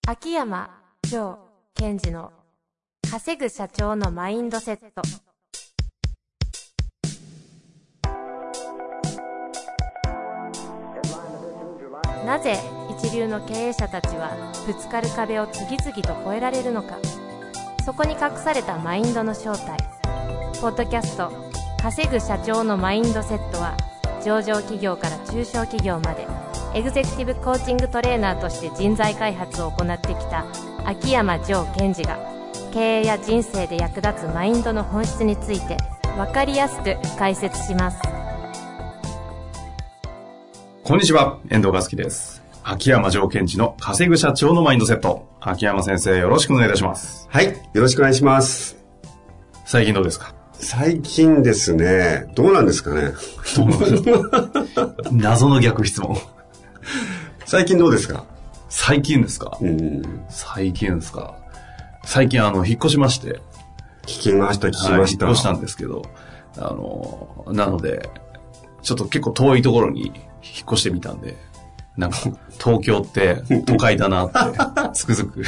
秋山城賢治の稼ぐ社長のマインドセット。なぜ一流の経営者たちはぶつかる壁を次々と越えられるのか。そこに隠されたマインドの正体。ポッドキャスト稼ぐ社長のマインドセットは、上場企業から中小企業までエグゼクティブコーチングトレーナーとして人材開発を行ってきた秋山城賢治が、経営や人生で役立つマインドの本質について分かりやすく解説します。 こんにちは、遠藤和樹です。秋山城賢治の稼ぐ社長のマインドセット。秋山先生、よろしくお願いいたします。 はい、よろしくお願いします。 最近どうですか？ 最近ですね、どうなんですかね。 謎の逆質問。 最近どうですか？ 最近ですか？最近ですか？最近引っ越しまして。 聞きました。 引っ越したんですけど、なので、ちょっと結構遠いところに引っ越してみたんで、なんか東京って都会だなってつくづく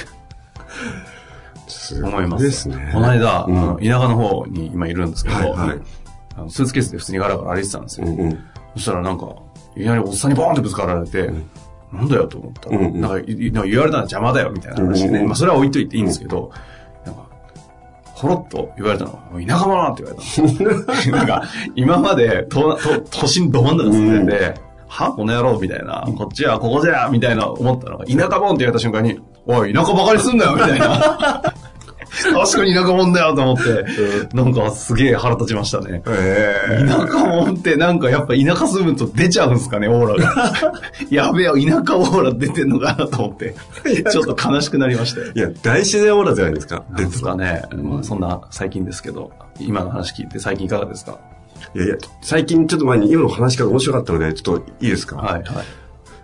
思います。 ですね。 この間、田舎の方に今いるんですけど、スーツケースで普通にガラガラ歩いてたんですよ。そしたらなんか、いきなりおっさんにボーンってぶつかられて、なんだよと思ったら、なんか言われたら邪魔だよみたいな話で、まあそれは置いといていいんですけど、なんか、ほろっと言われたのは、田舎者って言われたの。なんか、今まで都心ど真ん中住んでて、はこの野郎みたいな、こっちはここじゃみたいな思ったのが、田舎者って言われた瞬間に、おい、田舎ばかりすんなよみたいな。確かに田舎者だよと思って、なんかすげえ腹立ちましたね。田舎者ってなんかやっぱ田舎住むと出ちゃうんですかね、オーラが。やべえよ、田舎オーラ出てんのかなと思って、ちょっと悲しくなりましたよ。 いや、大自然オーラじゃないですか。 ですかね。まあそんな最近ですけど、今の話聞いて最近いかがですか？ いや、最近ちょっと前に今の話から面白かったので、ちょっといいですか？ はいはい。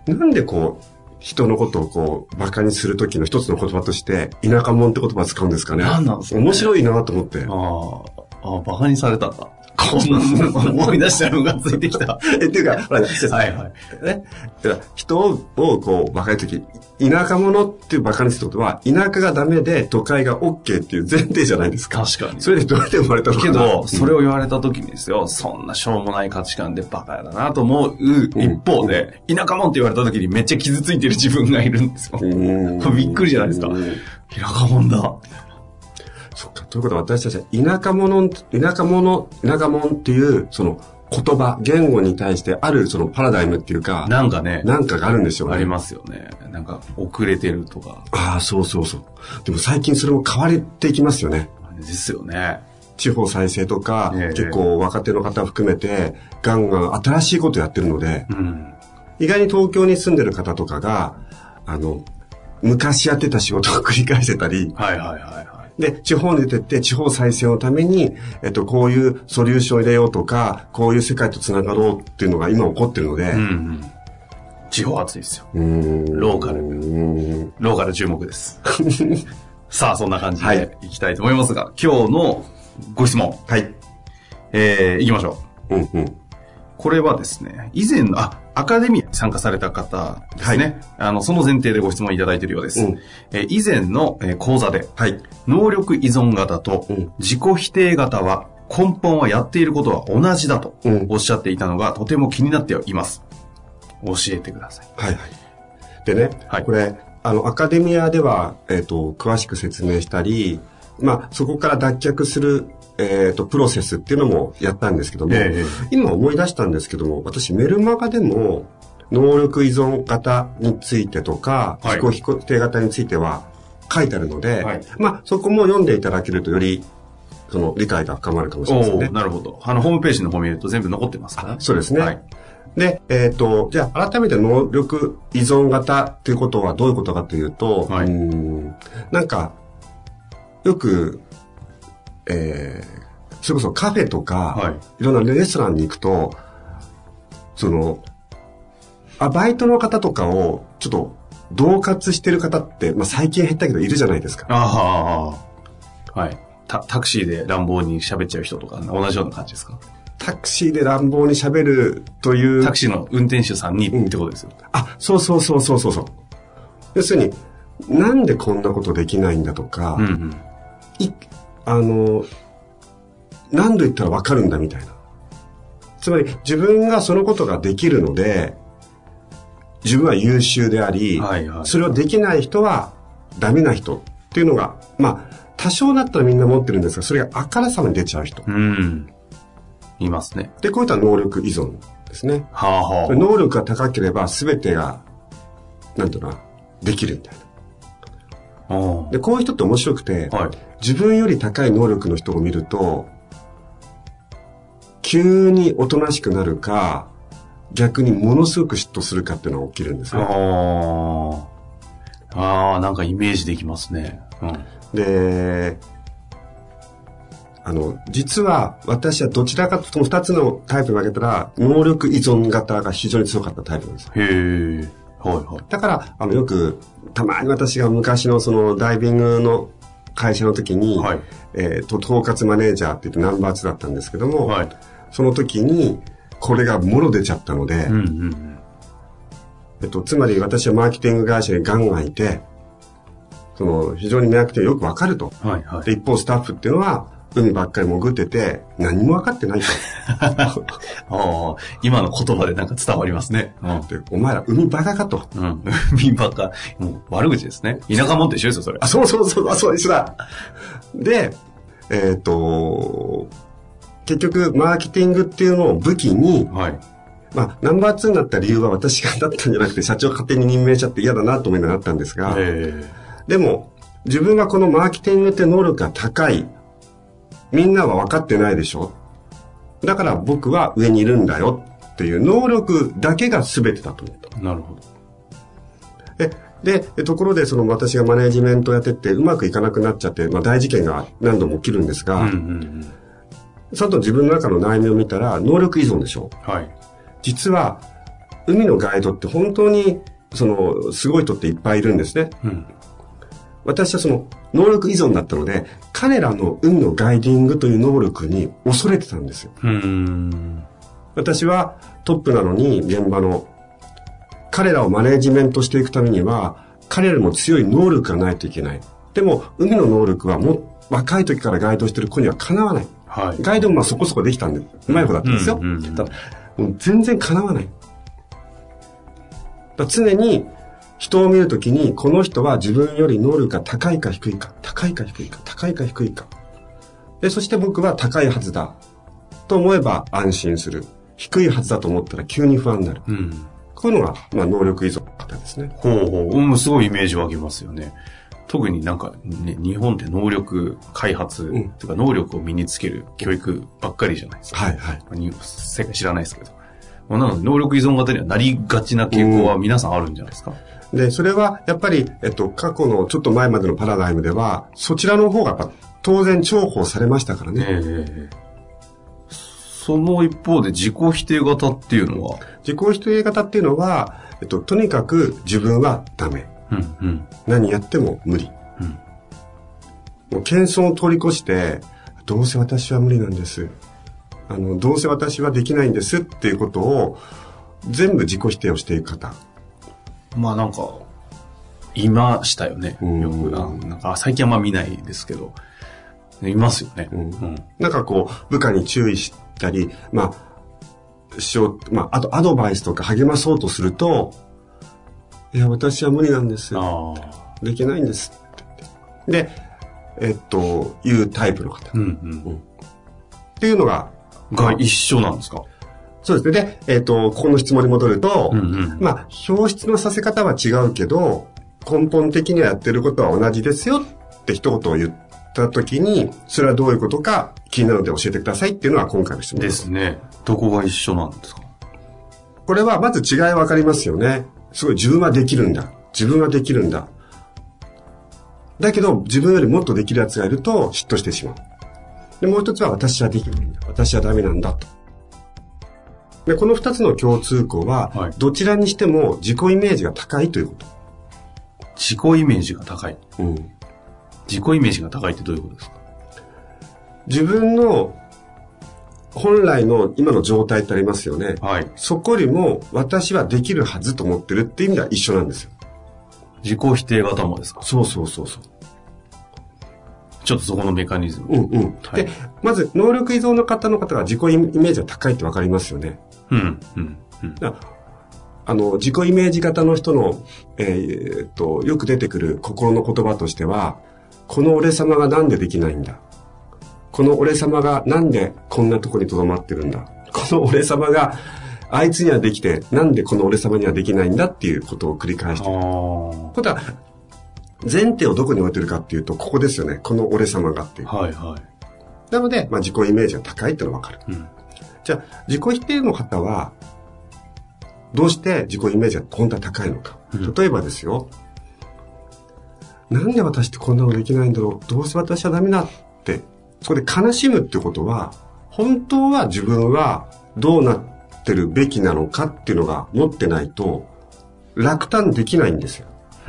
なんでこう、人のことをこう、馬鹿にするときの一つの言葉として、田舎者って言葉を使うんですかね。 何なんですかね。 面白いなと思って。 馬鹿にされたんだ。こんなの思い出したらムカついてきた。 っていうか、ほら、はいはい。ね。だから人をこう、馬鹿にするとき、田舎者っていう馬鹿にすることは、田舎がダメで都会が OK っていう前提じゃないですか。 確かに。 それでどうやって生まれたのかな。 けど、それを言われたときにですよ、そんなしょうもない価値観でバカだなと思う一方で、田舎者って言われたときにめっちゃ傷ついてる自分がいるんですよ。びっくりじゃないですか。田舎者だ。 そっか。ということは私たちは田舎者っていう、その言葉、言語に対してあるそのパラダイムっていうか、 なんかね。 なんかがあるんですよね。 ありますよね。なんか遅れてるとか。 ああ、そうそうそう。でも最近それも変わっていきますよね。 ですよね。 地方再生とか、結構若手の方含めて、ガンガン新しいことやってるので、意外に東京に住んでる方とかが、昔やってた仕事を繰り返してたり、で、地方に出てって地方再生のために、こういうソリューションを入れようとか、こういう世界とつながろうっていうのが今起こってるので、 地方熱いですよ。ローカル注目です。さあ、そんな感じでいきたいと思いますが、今日のご質問。 はい。 いきましょう。これはですね、以前の、アカデミーに参加された方ですね。その前提でご質問いただいているようです。以前の講座で、能力依存型と自己否定型は根本はやっていることは同じだとおっしゃっていたのがとても気になっています。教えてください。 でね、これ、アカデミアでは、詳しく説明したり、そこから脱却するプロセスっていうのもやったんですけども、今思い出したんですけども、私メルマガでも能力依存型についてとか、自己否定型については書いてあるので、そこも読んでいただけるとよりその理解が深まるかもしれませんね。 なるほど。ホームページの方見ると全部残ってますから。 そうですね。で、じゃあ改めて能力依存型っていうことはどういうことかというと、なんかよくそれこそカフェとか、いろんなレストランに行くと、バイトの方とかをちょっと恫喝してる方って、最近減ったけどいるじゃないですか。 タクシーで乱暴に喋っちゃう人とか同じような感じですか？ タクシーで乱暴に喋るという。 タクシーの運転手さんにってことですよ。 そう。要するに、 なんでこんなことできないんだとか、何度言ったらわかるんだみたいな。つまり自分がそのことができるので、自分は優秀であり、それをできない人はダメな人っていうのが、多少だったらみんな持ってるんですが、それがあからさまに出ちゃう人。 いますね。 で、こういった能力依存ですね。能力が高ければ全てが、なんていうのかな、できるみたいな。で、こういう人って面白くて、自分より高い能力の人を見ると、急におとなしくなるか、逆にものすごく嫉妬するかっていうのが起きるんですね。 なんかイメージできますね。 で、実は私はどちらかというと2つのタイプに分けたら、能力依存型が非常に強かったタイプなんです。だから、よく、たまに私が昔のそのダイビングの会社の時に、統括マネージャーって言ってナンバー2だったんですけども、その時に、これがもろ出ちゃったので、つまり私はマーケティング会社にガンガンいて、非常に迷惑点よくわかると。で、一方スタッフっていうのは、海ばっかり潜ってて、何も分かってないと。 今の言葉でなんか伝わりますね。 でお前ら海バカかと。 海バカ。もう悪口ですね。田舎もんって一緒ですよ、それ。 そう、一緒だ。で、結局、マーケティングっていうのを武器に、ナンバー2になった理由は私がだったんじゃなくて、社長勝手に任命しちゃって嫌だなと思いながらなったんですが、でも、自分はこのマーケティングって能力が高い。みんなは分かってないでしょ。だから僕は上にいるんだよっていう能力だけが全てだと思った。 なるほど。で、ところで私がマネージメントをやってってうまくいかなくなっちゃって、大事件が何度も起きるんですが、ちゃんと自分の中の内面を見たら能力依存でしょ。実は海のガイドって本当にすごい人っていっぱいいるんですね。私は能力依存だったので、彼らの海のガイディングという能力に恐れてたんですよ。私はトップなのに現場の彼らをマネージメントしていくためには彼らも強い能力がないといけない。でも海の能力はもう若い時からガイドしてる子にはかなわない。ガイドもそこそこできたんでうまい子だったんですよ。ただもう全然かなわない。常に人を見るときに、この人は自分より能力が高いか低いか、高いか低いか、高いか低いか。で、そして僕は高いはずだと思えば安心する。低いはずだと思ったら急に不安になる。こういうのが、能力依存型ですね。 すごいイメージ湧きますよね。特になんか、ね、日本って能力開発、とか能力を身につける教育ばっかりじゃないですか。世界知らないですけど。なので能力依存型にはなりがちな傾向は皆さんあるんじゃないですか。 で、それはやっぱり、過去のちょっと前までのパラダイムでは、そちらの方がやっぱ当然重宝されましたからね。 その一方で自己否定型っていうのは自己否定型っていうのは、とにかく自分はダメ。何やっても無理。もう謙遜を通り越して、どうせ私は無理なんです。どうせ私はできないんですっていうことを全部自己否定をしていく方。 なんかいましたよね。よくなんか最近あんま見ないですけどいますよね。 なんかこう部下に注意したり、あとアドバイスとか励まそうとすると、いや私は無理なんです。できないんですって。で、いうタイプの方。っていうのが一緒なんですか？ そうですね。で、ここの質問に戻ると、表出のさせ方は違うけど、根本的にはやってることは同じですよって一言を言ったときに、それはどういうことか気になるので教えてくださいっていうのは今回の質問です。 ですね。どこが一緒なんですか？ これはまず違い分かりますよね。すごい自分はできるんだ。自分はできるんだ。だけど自分よりもっとできるやつがいると嫉妬してしまう。で、もう一つは私はできないんだ。私はダメなんだと。で、この二つの共通項は、どちらにしても自己イメージが高いということ。 自己イメージが高い。自己イメージが高いってどういうことですか？ 自分の本来の今の状態ってありますよね。そこよりも私はできるはずと思ってるっていう意味では一緒なんですよ。 自己否定型もですか？ そうそうそうそう。 ちょっとそこのメカニズム。 うんうん。はい、で、まず、能力依存の方が自己イメージが高いってわかりますよね。 うん、うん、うん。 自己イメージ型の人の、よく出てくる心の言葉としては、この俺様がなんでできないんだ。この俺様がなんでこんなとこに留まってるんだ。この俺様があいつにはできて、なんでこの俺様にはできないんだっていうことを繰り返している。ことは、前提をどこに置いてるかっていうと、ここですよね。この俺様がっていう。 はいはい。 なので、自己イメージが高いっていうのがわかる。うん、じゃあ、自己否定の方は、どうして自己イメージが本当は高いのか。うん、例えばですよ。なんで私ってこんなのできないんだろう。どうせ私はダメだって。そこで悲しむってことは、本当は自分はどうなってるべきなのかっていうのが持ってないと、落胆できないんですよ。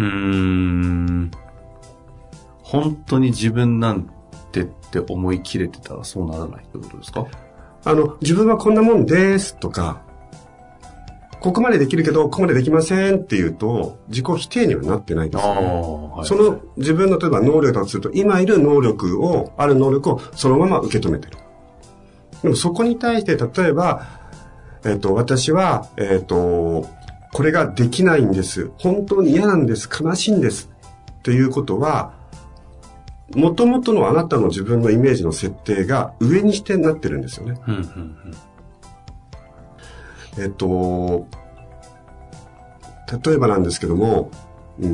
本当に自分なんてって思い切れてたらそうならないってことですか？ 自分はこんなもんですとか、ここまでできるけど、ここまでできませんっていうと、自己否定にはなってないですよね。はい、その自分の例えば能力だとすると、今いる能力を、ある能力をそのまま受け止めてる。でもそこに対して、例えば、私は、これができないんです。本当に嫌なんです。悲しいんです。っていうことは、元々のあなたの自分のイメージの設定が上にしてなってるんですよね。うんうんうん、例えばなんですけども、うん、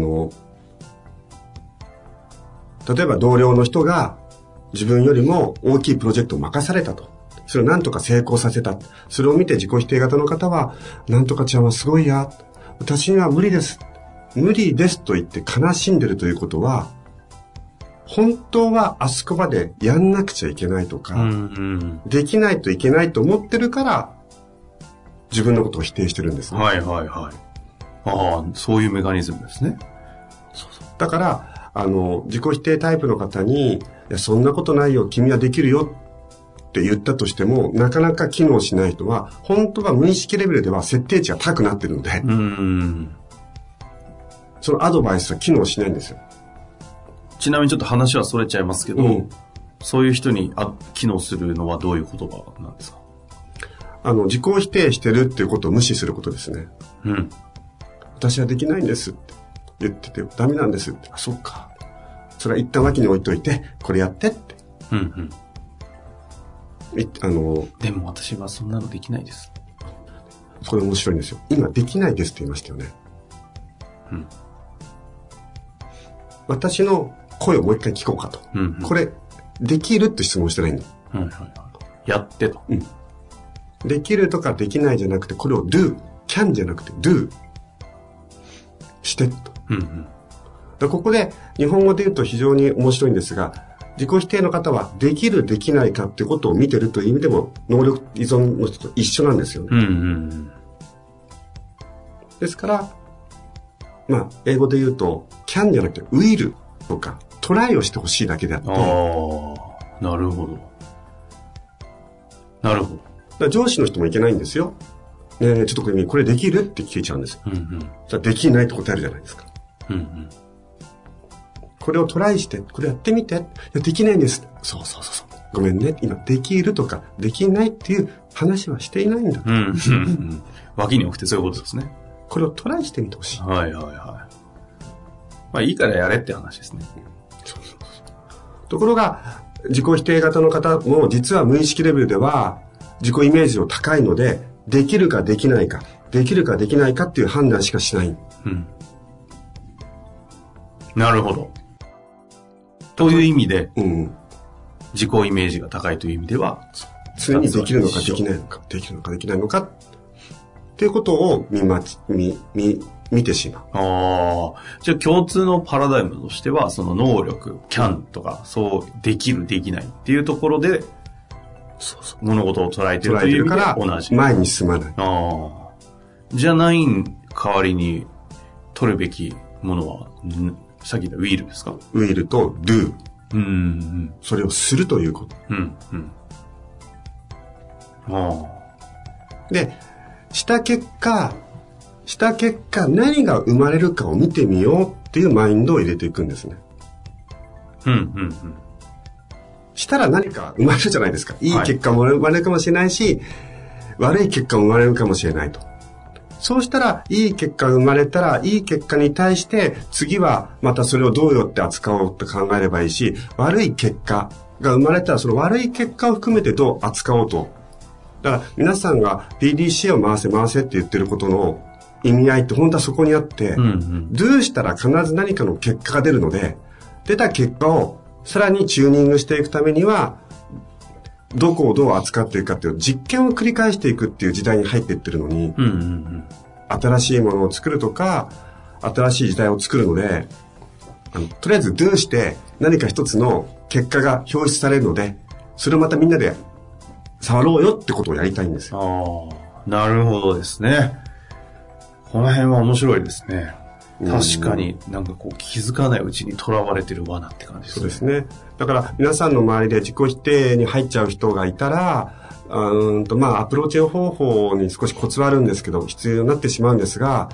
例えば同僚の人が自分よりも大きいプロジェクトを任されたと。それを何とか成功させた。それを見て自己否定型の方は、なんとかちゃんはすごいや。私には無理です。無理ですと言って悲しんでるということは、本当はあそこまでやんなくちゃいけないとか、うんうん、できないといけないと思ってるから、自分のことを否定してるんですね。 はいはいはい。ああ、そういうメカニズムですね。 そうそう。だから、自己否定タイプの方に、いや、そんなことないよ、君はできるよって言ったとしても、なかなか機能しない人は、本当は無意識レベルでは設定値が高くなってるので、そのアドバイスは機能しないんですよ。 ちなみにちょっと話はそれちゃいますけど、うん、そういう人に機能するのはどういう言葉なんですか？ 自己否定してるっていうことを無視することですね。うん。私はできないんですって言ってて、ダメなんですって。あ、そっか。それは一旦脇に置いといて、これやってって。うんうん。 でも私はそんなのできないです。 それ面白いんですよ。今できないですって言いましたよね。うん。私の声をもう一回聞こうかと。うんうん、これ、できるって質問してないんだ。うんはいはい、 やってと。うん。 できるとかできないじゃなくて、これを do、can じゃなくて do してと。うんうん、だここで日本語で言うと非常に面白いんですが、自己否定の方はできるできないかってことを見てるという意味でも能力依存の人と一緒なんですよね。うんうんうん、ですから、英語で言うと can じゃなくて will とかトライをしてほしいだけであって。ああ、 なるほど。なるほど。 だ上司の人もいけないんですよ。ねえ、ちょっとこれできるって聞いちゃうんですよ。うんうん、じゃできないって答えるじゃないですか。うんうん、これをトライして、これやってみて。いや、できないんです。そう。ごめんね。今、できるとか、できないっていう話はしていないんだ。うんうんうん、 脇に置くってそういうことですね。 これをトライしてみてほしい。 はいはいはい。いいからやれって話ですね。そう。 ところが、自己否定型の方も実は無意識レベルでは、自己イメージの高いので、できるかできないか、できるかできないかっていう判断しかしない。うん。 なるほど。という意味で、うん、自己イメージが高いという意味では、 常にできるのかできないのか、できるのかできないのか、っていうことを見てしまう。 ああ。じゃあ共通のパラダイムとしては、その能力、can とか、そう、できる、できないっていうところで、そう物事を捉えてるという意味で同じ。 前に進まない。 ああ。じゃない代わりに取るべきものは、さっき言った will ですか？ will と do。うん。それをするということ。うんうん。ああ。で、した結果、 した結果何が生まれるかを見てみようっていうマインドを入れていくんですね。したら何か生まれるじゃないですか。いい結果も生まれるかもしれないし、悪い結果も生まれるかもしれないと。そうしたら、いい結果が生まれたら、いい結果に対して、次はまたそれをどうやって扱おうって考えればいいし、悪い結果が生まれたら、その悪い結果を含めてどう扱おうと。だから、皆さんが PDCA を回せって言ってることの意味合いって本当はそこにあって、do したら必ず何かの結果が出るので、出た結果をさらにチューニングしていくためには、どこをどう扱っていくかっていう実験を繰り返していくっていう時代に入っていってるのに、新しいものを作るとか、新しい時代を作るので、とりあえず do して何か一つの結果が表出されるので、それをまたみんなで触ろうよってことをやりたいんですよ。 なるほどですね。この辺は面白いですね。確かになんかこう気づかないうちに囚われてる罠って感じですね。 そうですね。だから皆さんの周りで自己否定に入っちゃう人がいたら、アプローチ方法に少しコツはあるんですけど、必要になってしまうんですが、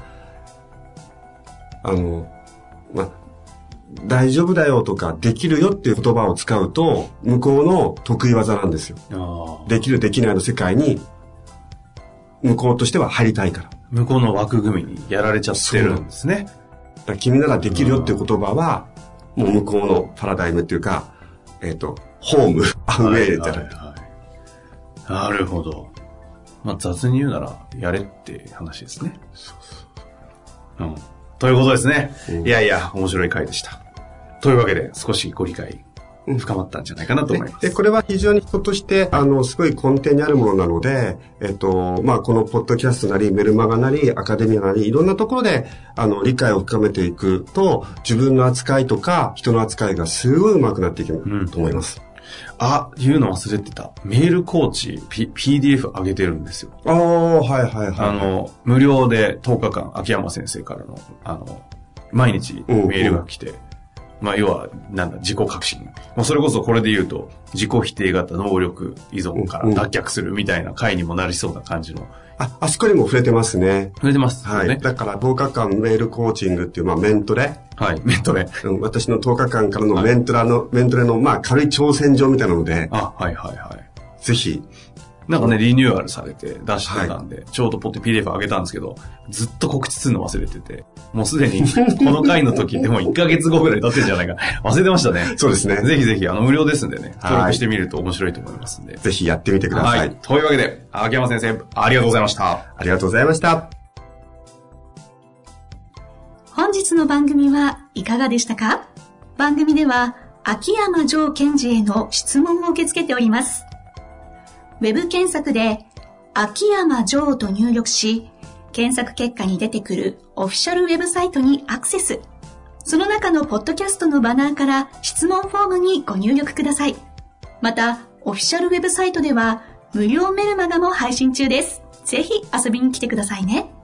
大丈夫だよとか、できるよっていう言葉を使うと、向こうの得意技なんですよ。できるできないの世界に、向こうとしては入りたいから。 向こうの枠組みにやられちゃってるんですね。 だから君ならできるよっていう言葉は、もう向こうのパラダイムっていうか、ホーム、アウェイじゃないと。 なるほど。雑に言うなら、やれって話ですね。ということですね。いやいや、面白い回でした。というわけで、少しご理解深まったんじゃないかなと思います。 で、これは非常に人として、すごい根底にあるものなので、このポッドキャストなり、メルマガなり、アカデミアなり、いろんなところで、理解を深めていくと、自分の扱いとか、人の扱いがすごい上手くなっていくと思います。 言うの忘れてた。メールコーチ、PDF 上げてるんですよ。無料で10日間、秋山先生からの、毎日メールが来て、要は、自己革新。それこそこれで言うと、自己否定型能力依存から脱却するみたいな回にもなりそうな感じの。 あそこにも触れてますね。 触れてますね。 はい。だから10日間メールコーチングっていう、メントレ。 はい、メントレ。 私の10日間からのメントレの、軽い挑戦状みたいなので。ぜひ。 リニューアルされて出してたんで、ちょうどポッて PDF 上げたんですけど、ずっと告知するの忘れてて、もうすでにこの回の時でも1ヶ月後ぐらい経ってるんじゃないか。忘れてましたね。 そうですね。 ぜひぜひ、無料ですんでね、登録してみると面白いと思いますんで。 ぜひやってみてください。 というわけで、秋山先生、ありがとうございました。 ありがとうございました。 本日の番組はいかがでしたか？番組では、秋山城賢治への質問を受け付けております。ウェブ検索で秋山城と入力し、検索結果に出てくるオフィシャルウェブサイトにアクセス。その中のポッドキャストのバナーから質問フォームにご入力ください。また、オフィシャルウェブサイトでは無料メルマガも配信中です。ぜひ遊びに来てくださいね。